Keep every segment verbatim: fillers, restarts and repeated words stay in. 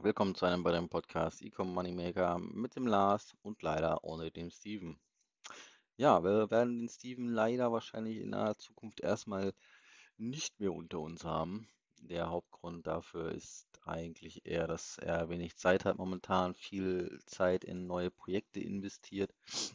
Willkommen zu einem weiteren Podcast E-Com Moneymaker mit dem Lars und leider ohne den Steven. Ja, wir werden den Steven leider wahrscheinlich in naher Zukunft erstmal nicht mehr unter uns haben. Der Hauptgrund dafür ist eigentlich eher, dass er wenig Zeit hat momentan, viel Zeit in neue Projekte investiert.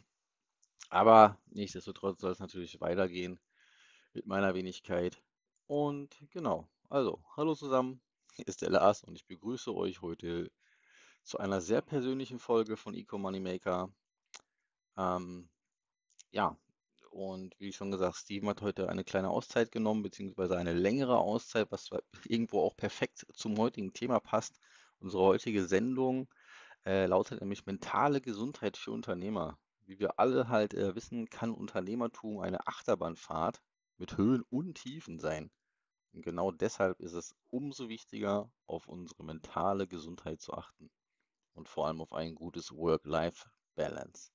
Aber nichtsdestotrotz soll es natürlich weitergehen mit meiner Wenigkeit. Und genau, also, hallo zusammen, hier ist der Lars und ich begrüße euch heute zu einer sehr persönlichen Folge von E-Com Moneymaker. Ähm, ja, und wie schon gesagt, Steven hat heute eine kleine Auszeit genommen, beziehungsweise eine längere Auszeit, was zwar irgendwo auch perfekt zum heutigen Thema passt. Unsere heutige Sendung äh, lautet nämlich mentale Gesundheit für Unternehmer. Wie wir alle halt äh, wissen, kann Unternehmertum eine Achterbahnfahrt mit Höhen und Tiefen sein. Und genau deshalb ist es umso wichtiger, auf unsere mentale Gesundheit zu achten und vor allem auf ein gutes Work-Life-Balance.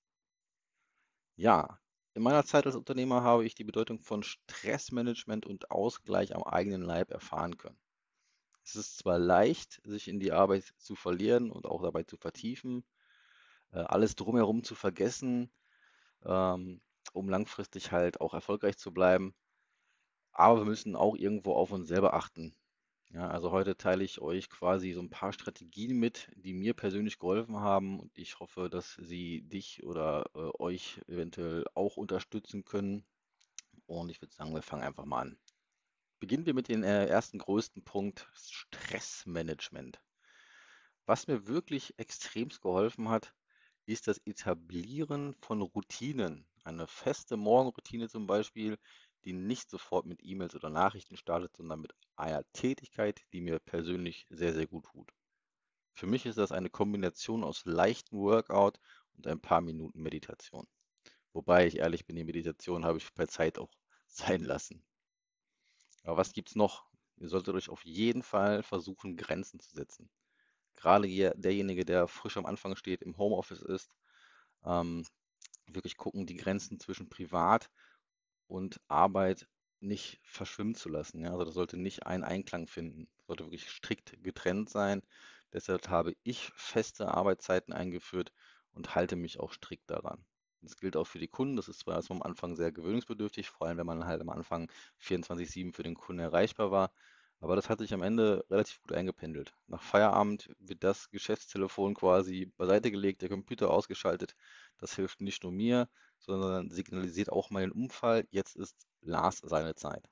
Ja, in meiner Zeit als Unternehmer habe ich die Bedeutung von Stressmanagement und Ausgleich am eigenen Leib erfahren können. Es ist zwar leicht, sich in die Arbeit zu verlieren und auch dabei zu vertiefen, äh, alles drumherum zu vergessen, ähm, um langfristig halt auch erfolgreich zu bleiben, aber wir müssen auch irgendwo auf uns selber achten. Ja, also heute teile ich euch quasi so ein paar Strategien mit, die mir persönlich geholfen haben und ich hoffe, dass sie dich oder äh, euch eventuell auch unterstützen können. Und ich würde sagen, wir fangen einfach mal an. Beginnen wir mit dem äh, ersten größten Punkt, Stressmanagement. Was mir wirklich extremst geholfen hat, ist das Etablieren von Routinen. Eine feste Morgenroutine zum Beispiel, die nicht sofort mit E-Mails oder Nachrichten startet, sondern mit einer Tätigkeit, die mir persönlich sehr, sehr gut tut. Für mich ist das eine Kombination aus leichtem Workout und ein paar Minuten Meditation. Wobei ich ehrlich bin, die Meditation habe ich bei Zeit auch sein lassen. Aber was gibt's noch? Ihr solltet euch auf jeden Fall versuchen, Grenzen zu setzen. Gerade hier derjenige, der frisch am Anfang steht, im Homeoffice ist, ähm, wirklich gucken, die Grenzen zwischen Privat und Arbeit nicht verschwimmen zu lassen. Ja? Also das sollte nicht einen Einklang finden, sollte wirklich strikt getrennt sein. Deshalb habe ich feste Arbeitszeiten eingeführt und halte mich auch strikt daran. Das gilt auch für die Kunden. Das ist zwar erst am Anfang sehr gewöhnungsbedürftig, vor allem wenn man halt am Anfang vierundzwanzig sieben für den Kunden erreichbar war. Aber das hat sich am Ende relativ gut eingependelt. Nach Feierabend wird das Geschäftstelefon quasi beiseite gelegt, der Computer ausgeschaltet. Das hilft nicht nur mir, sondern signalisiert auch meinen Umfall, jetzt ist Lars seine Zeit.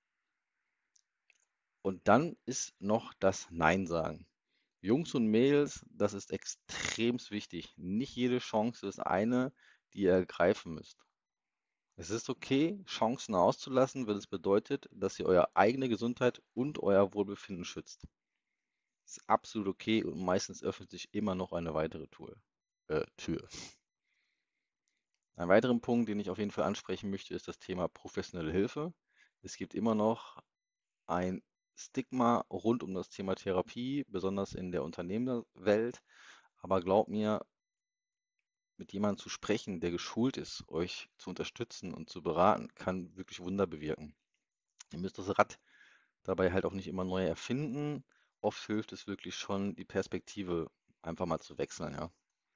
Und dann ist noch das Nein sagen. Jungs und Mädels, das ist extremst wichtig. Nicht jede Chance ist eine, die ihr ergreifen müsst. Es ist okay, Chancen auszulassen, wenn es bedeutet, dass ihr eure eigene Gesundheit und euer Wohlbefinden schützt. Ist absolut okay und meistens öffnet sich immer noch eine weitere Tür. Äh, Tür. Ein weiterer Punkt, den ich auf jeden Fall ansprechen möchte, ist das Thema professionelle Hilfe. Es gibt immer noch ein Stigma rund um das Thema Therapie, besonders in der Unternehmerwelt. Aber glaubt mir, mit jemandem zu sprechen, der geschult ist, euch zu unterstützen und zu beraten, kann wirklich Wunder bewirken. Ihr müsst das Rad dabei halt auch nicht immer neu erfinden. Oft hilft es wirklich schon, die Perspektive einfach mal zu wechseln, ja.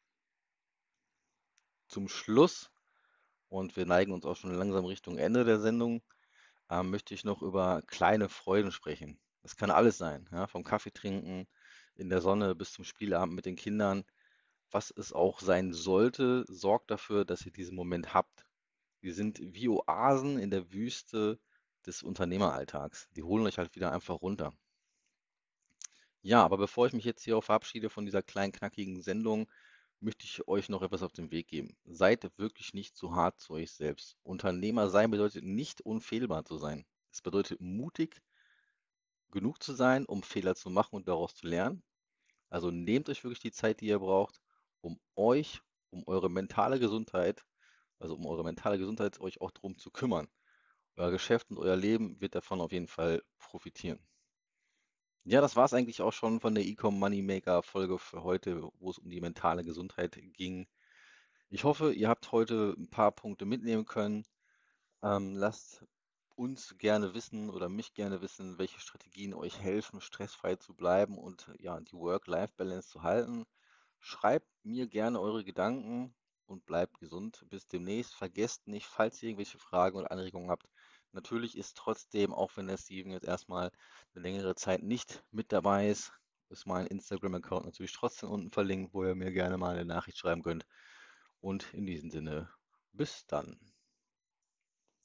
Zum Schluss, und wir neigen uns auch schon langsam Richtung Ende der Sendung, ähm, möchte ich noch über kleine Freuden sprechen. Das kann alles sein, ja, vom Kaffee trinken in der Sonne bis zum Spieleabend mit den Kindern. Was es auch sein sollte, sorgt dafür, dass ihr diesen Moment habt. Die sind wie Oasen in der Wüste des Unternehmeralltags. Die holen euch halt wieder einfach runter. Ja, aber bevor ich mich jetzt hier auch verabschiede von dieser kleinen, knackigen Sendung, möchte ich euch noch etwas auf den Weg geben. Seid wirklich nicht zu hart zu euch selbst. Unternehmer sein bedeutet nicht unfehlbar zu sein. Es bedeutet mutig genug zu sein, um Fehler zu machen und daraus zu lernen. Also nehmt euch wirklich die Zeit, die ihr braucht, um euch, um eure mentale Gesundheit, also um eure mentale Gesundheit, euch auch darum zu kümmern. Euer Geschäft und euer Leben wird davon auf jeden Fall profitieren. Ja, das war es eigentlich auch schon von der E-Com Moneymaker Folge für heute, wo es um die mentale Gesundheit ging. Ich hoffe, ihr habt heute ein paar Punkte mitnehmen können. Ähm, lasst uns gerne wissen oder mich gerne wissen, welche Strategien euch helfen, stressfrei zu bleiben und ja, die Work-Life-Balance zu halten. Schreibt mir gerne eure Gedanken und bleibt gesund. Bis demnächst. Vergesst nicht, falls ihr irgendwelche Fragen oder Anregungen habt. Natürlich ist trotzdem, auch wenn der Steven jetzt erstmal eine längere Zeit nicht mit dabei ist, ist mein Instagram-Account natürlich trotzdem unten verlinkt, wo ihr mir gerne mal eine Nachricht schreiben könnt. Und in diesem Sinne, bis dann.